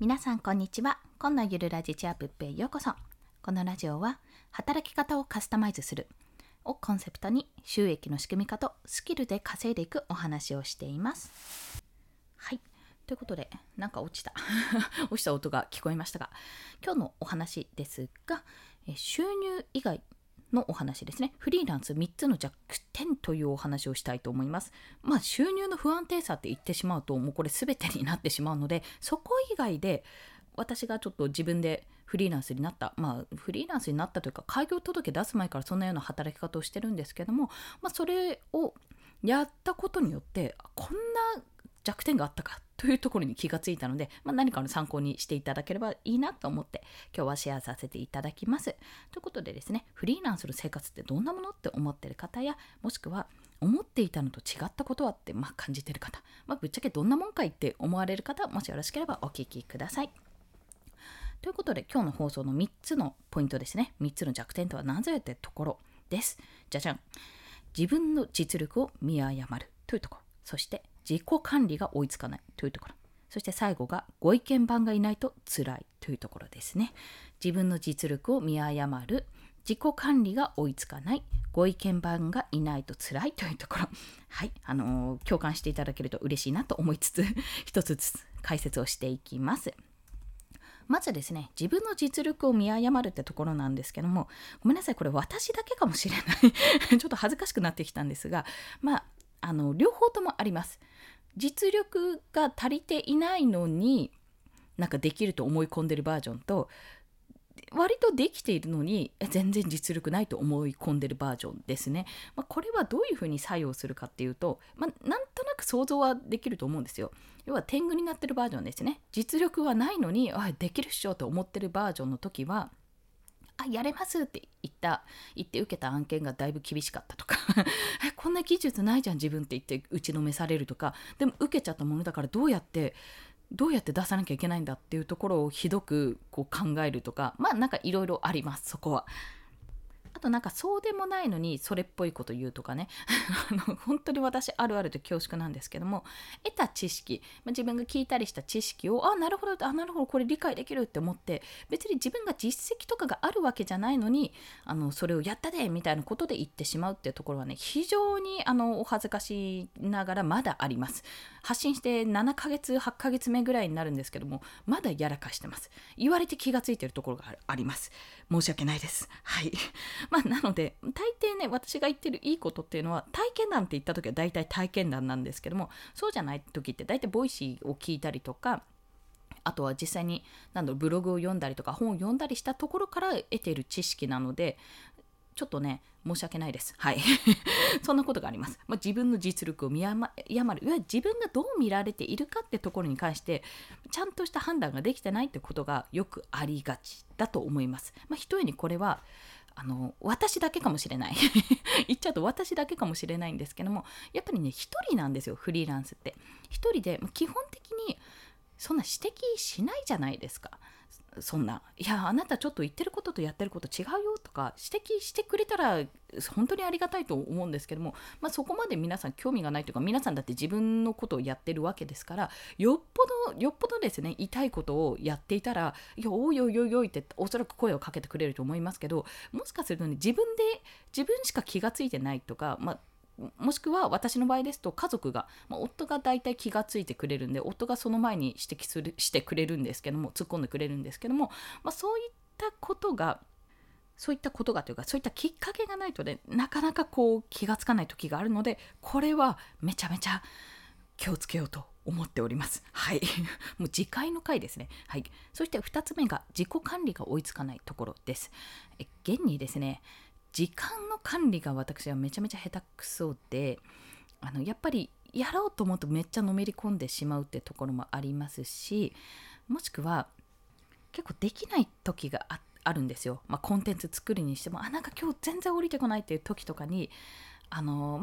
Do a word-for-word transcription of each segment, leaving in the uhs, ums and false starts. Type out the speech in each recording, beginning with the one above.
皆さんこんにちは。今のゆるラジチアップへようこそ。このラジオは働き方をカスタマイズするをコンセプトに収益の仕組み化とスキルで稼いでいくお話をしています。はい、ということでなんか落ちた落ちた音が聞こえましたが、今日のお話ですが、収入以外のお話ですね。フリーランスみっつの弱点というお話をしたいと思います。まあ収入の不安定さって言ってしまうともうこれ全てになってしまうので、そこ以外で私がちょっと自分でフリーランスになった、まあフリーランスになったというか開業届出す前からそんなような働き方をしてるんですけども、まあそれをやったことによってこんな弱点があったかというところに気がついたので、まあ、何かの参考にしていただければいいなと思って今日はシェアさせていただきます。ということでですね、フリーランスの生活ってどんなものって思ってる方や、もしくは思っていたのと違ったことはって、まあ、感じてる方、まあ、ぶっちゃけどんなもんかいって思われる方、もしよろしければお聞きください。ということで今日の放送のみっつのポイントですね。みっつの弱点とはなぜってところです。じゃじゃん。自分の実力を見誤るというところ、そして自己管理が追いつかないというところ、そして最後がご意見番がいないと辛いというところですね。自分の実力を見誤る、自己管理が追いつかない、ご意見番がいないと辛いというところ、はい、あのー、共感していただけると嬉しいなと思いつつ一つずつ解説をしていきます。まずですね、自分の実力を見誤るってところなんですけども、ごめんなさい、これ私だけかもしれないちょっと恥ずかしくなってきたんですが、まああの両方ともあります。実力が足りていないのになんかできると思い込んでるバージョンと、割とできているのに全然実力ないと思い込んでるバージョンですね。まあ、これはどういうふうに作用するかっていうと、まあ、なんとなく想像はできると思うんですよ。要は天狗になってるバージョンですね。実力はないのにあできるっしょと思ってるバージョンの時は、あやれますって言った言って受けた案件がだいぶ厳しかったとかこんな技術ないじゃん自分って言って打ちのめされるとか、でも受けちゃったものだからどうやってどうやって出さなきゃいけないんだっていうところをひどくこう考えるとか、まあなんかいろいろあります。そこはあとなんかそうでもないのにそれっぽいこと言うとかねあの本当に私あるあると恐縮なんですけども、得た知識、まあ、自分が聞いたりした知識をあなるほどあなるほどこれ理解できるって思って、別に自分が実績とかがあるわけじゃないのにあのそれをやったでみたいなことで言ってしまうっていうところはね、非常にあのお恥ずかしながらまだあります。発信してななかげつはちかげつめぐらいになるんですけども、まだやらかしてます。言われて気がついてるところがあります。申し訳ないです。はいまあ、なので大抵ね、私が言ってるいいことっていうのは体験談って言った時は大体体験談なんですけども、そうじゃない時って大体ボイシーを聞いたりとか、あとは実際に何だろうブログを読んだりとか本を読んだりしたところから得ている知識なので、ちょっとね申し訳ないです。はいそんなことがあります。まあ、自分の実力を見誤る、いわゆる自分がどう見られているかってところに関してちゃんとした判断ができてないってことがよくありがちだと思います。まあ、ひとえにこれはあの私だけかもしれない言っちゃうと私だけかもしれないんですけども、やっぱりね一人なんですよフリーランスって。一人で基本的にそんな指摘しないじゃないですか。そんないやあなたちょっと言ってることとやってること違うよとか指摘してくれたら本当にありがたいと思うんですけども、まあ、そこまで皆さん興味がないというか、皆さんだって自分のことをやってるわけですから、よっぽどよっぽどですね痛いことをやっていたら、いやおいおいおいおいっておそらく声をかけてくれると思いますけど、もしかすると、ね、自分で自分しか気がついてないとか、まあもしくは私の場合ですと家族が、まあ、夫が大体気がついてくれるんで、夫がその前に指摘するしてくれるんですけども、突っ込んでくれるんですけども、まあ、そういったことがそういったことがというかそういったきっかけがないとね、なかなかこう気がつかない時があるので、これはめちゃめちゃ気をつけようと思っております。はいもう次回の回ですね。はい。そしてふたつめが自己管理が追いつかないところです。え現にですね、時間の管理が私はめちゃめちゃ下手くそで、あのやっぱりやろうと思うとめっちゃのめり込んでしまうってところもありますし、もしくは結構できない時が あ, あるんですよ。まあ、コンテンツ作るにしてもあなんか今日全然降りてこないっていう時とかにあのまあ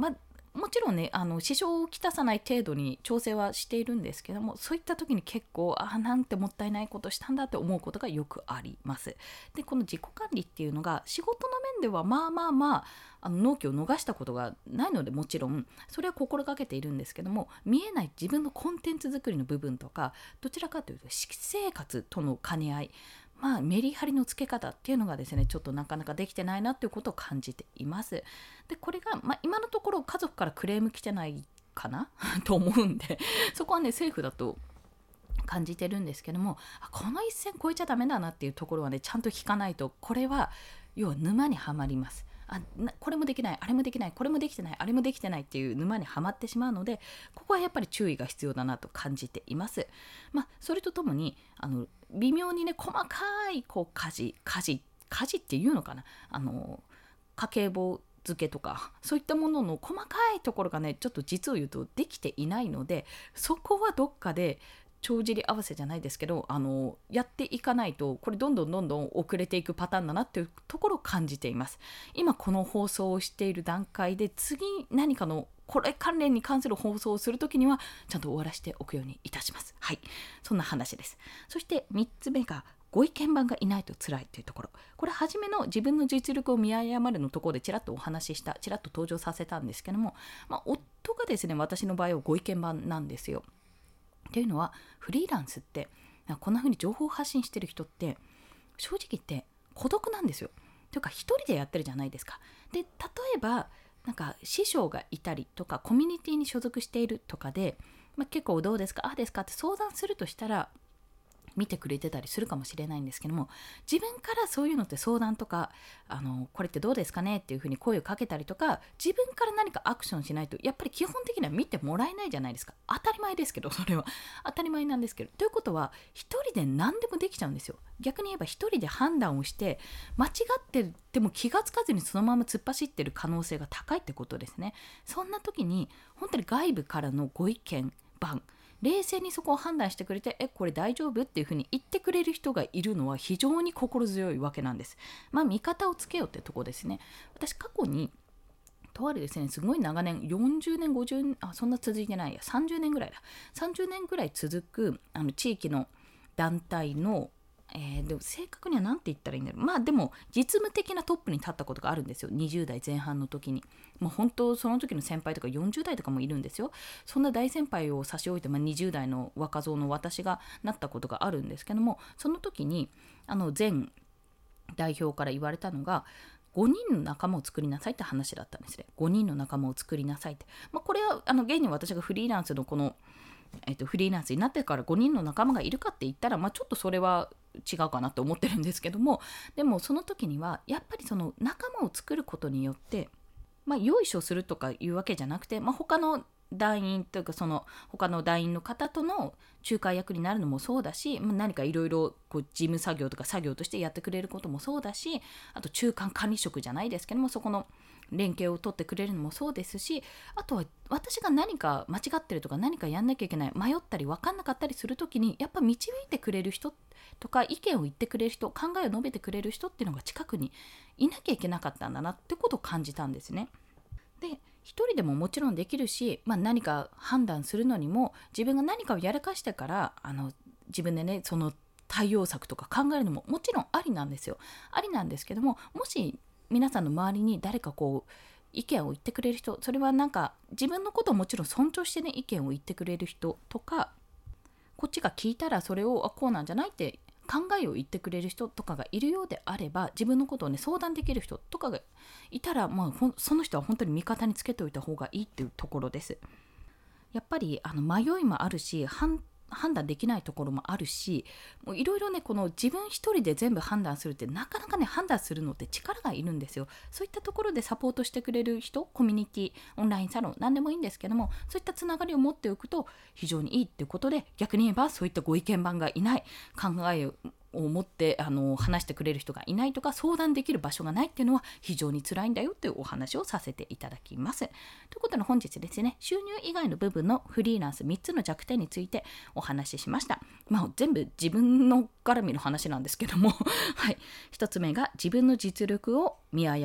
もちろんねあの支障をきたさない程度に調整はしているんですけども、そういった時に結構あなんてもったいないことしたんだって思うことがよくあります。でこの自己管理っていうのが仕事の面ではまあまあまああの納期を逃したことがないので、もちろんそれは心がけているんですけども、見えない自分のコンテンツ作りの部分とか、どちらかというと私生活との兼ね合い、まあ、メリハリのつけ方っていうのがですねちょっとなかなかできてないなということを感じています。でこれが、まあ、今のところ家族からクレーム来てないかなと思うんで、そこはねセーフだと感じてるんですけども、この一線越えちゃダメだなっていうところはねちゃんと引かないと、これは要は沼にはまります。あなこれもできない、あれもできない、これもできてない、あれもできてないっていう沼にはまってしまうので、ここはやっぱり注意が必要だなと感じています。まあ、それとともにあの微妙にね細かいこう家事家事家事っていうのかな、あの家計簿付けとかそういったものの細かいところがねちょっと実を言うとできていないので、そこはどっかで帳尻合わせじゃないですけど、あのやっていかないとこれどんどんどんどん遅れていくパターンだなっていうところを感じています。今この放送をしている段階で次何かのこれ関連に関する放送をするときにはちゃんと終わらせておくようにいたします。はい、そんな話です。そしてみっつめがご意見番がいないと辛いというところ。これ初めの自分の実力を見誤るのところでちらっとお話しした、ちらっと登場させたんですけども、まあ、夫がですね私の場合はご意見番なんですよ。というのはフリーランスってこんな風に情報発信してる人って正直言って孤独なんですよ。というか一人でやってるじゃないですか。で例えばなんか師匠がいたりとかコミュニティに所属しているとかで、まあ、結構どうですかああですかって相談するとしたら見てくれてたりするかもしれないんですけども、自分からそういうのって相談とかあのこれってどうですかねっていうふうに声をかけたりとか、自分から何かアクションしないとやっぱり基本的には見てもらえないじゃないですか。当たり前ですけど、それは当たり前なんですけど、ということは一人で何でもできちゃうんですよ。逆に言えば一人で判断をして間違ってても気がつかずにそのまま突っ走ってる可能性が高いってことですね。そんな時に本当に外部からのご意見番、冷静にそこを判断してくれて、えこれ大丈夫っていうふうに言ってくれる人がいるのは非常に心強いわけなんです。まあ味方をつけようってとこですね。私過去にとあるですねすごい長年よんじゅうねんごじゅうねん、あそんな続いてないやさんじゅうねんぐらいださんじゅうねんぐらい続くあの地域の団体のえー、でも正確には何て言ったらいいんだろう、まあでも実務的なトップに立ったことがあるんですよ。にじゅう代前半の時にもう本当その時の先輩とかよんじゅう代とかもいるんですよ。そんな大先輩を差し置いて、まあ、にじゅう代の若造の私がなったことがあるんですけども、その時にあの前代表から言われたのがごにんの仲間を作りなさいって話だったんですね。ごにんの仲間を作りなさいって、まあ、これはあの現に私がフリーランスのこのえっと、フリーランスになってからごにんの仲間がいるかって言ったら、まあ、ちょっとそれは違うかなと思ってるんですけども、でもその時にはやっぱりその仲間を作ることによって、まあ、よいしょするとかいうわけじゃなくて、まあ、他の団員というかその他の団員の方との仲介役になるのもそうだし、まあ、何かいろいろ事務作業とか作業としてやってくれることもそうだし、あと中間管理職じゃないですけどもそこの連携を取ってくれるのもそうですし、あとは私が何か間違ってるとか何かやんなきゃいけない、迷ったり分かんなかったりするときにやっぱ導いてくれる人とか意見を言ってくれる人、考えを述べてくれる人っていうのが近くにいなきゃいけなかったんだなってことを感じたんですね。で一人でももちろんできるし、まあ、何か判断するのにも自分が何かをやらかしてからあの自分でねその対応策とか考えるのももちろんありなんですよ。ありなんですけども、もし皆さんの周りに誰かこう意見を言ってくれる人、それはなんか自分のことをもちろん尊重してね意見を言ってくれる人とか、こっちが聞いたらそれをあこうなんじゃないって考えを言ってくれる人とかがいるようであれば、自分のことをね相談できる人とかがいたら、まあ、その人は本当に味方につけておいた方がいいっていうところです。やっぱりあの迷いもあるし判判断できないところもあるし、いろいろねこの自分一人で全部判断するってなかなかね判断するのって力がいるんですよ。そういったところでサポートしてくれる人、コミュニティ、オンラインサロン何でもいいんですけども、そういったつながりを持っておくと非常にいいっていうことで、逆に言えばそういったご意見番がいない、考えをを持ってあの話してくれる人がいないとか相談できる場所がないっていうのは非常に辛いんだよというお話をさせていただきます。ということで本日ですね、収入以外の部分のフリーランスみっつの弱点についてお話ししました。まあ全部自分の絡みの話なんですけどもはい、ひとつめが自分の実力を見誤る、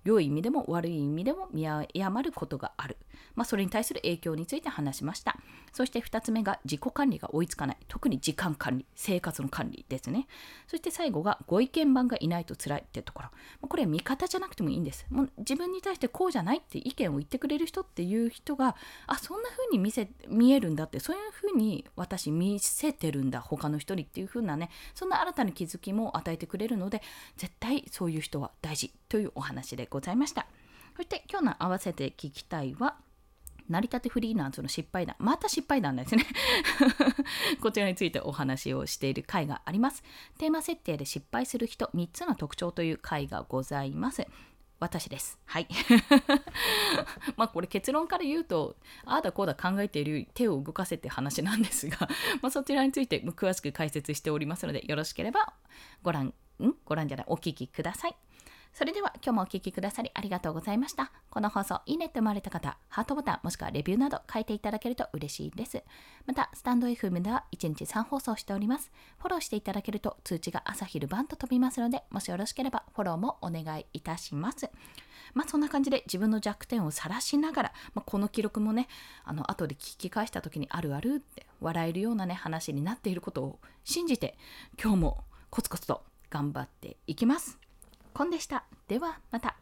良い意味でも悪い意味でも見誤ることがある。まあ、それに対する影響について話しました。そしてふたつめが自己管理が追いつかない。特に時間管理、生活の管理ですね。そして最後がご意見番がいないと辛いってところ。これは味方じゃなくてもいいんです。もう自分に対してこうじゃないって意見を言ってくれる人っていう人が、あ、そんな風に見せ見えるんだって、そういう風に私見せてるんだ他の人にっていう風なね、そんな新たな気づきも与えてくれるので、絶対そういう人は大事というお話でございました。そして今日の合わせて聞きたいは、成り立てフリーランスの失敗談、また失敗談ですねこちらについてお話をしている回があります。テーマ設定で失敗する人みっつの特徴という回がございます。私です。はいまあこれ結論から言うと、ああだこうだ考えている手を動かせって話なんですがまあそちらについて詳しく解説しておりますので、よろしければご覧んご覧じゃないお聞きください。それでは今日もお聞きくださりありがとうございました。この放送いいねと思われた方、ハートボタンもしくはレビューなど書いていただけると嬉しいです。またスタンド エフエム ではいちにちさん放送しております。フォローしていただけると通知が朝昼晩と飛びますので、もしよろしければフォローもお願いいたします。まあそんな感じで自分の弱点を晒しながら、まあ、この記録もね、あの後で聞き返した時にあるあるって笑えるようなね話になっていることを信じて、今日もコツコツと頑張っていきます。コンでした。ではまた。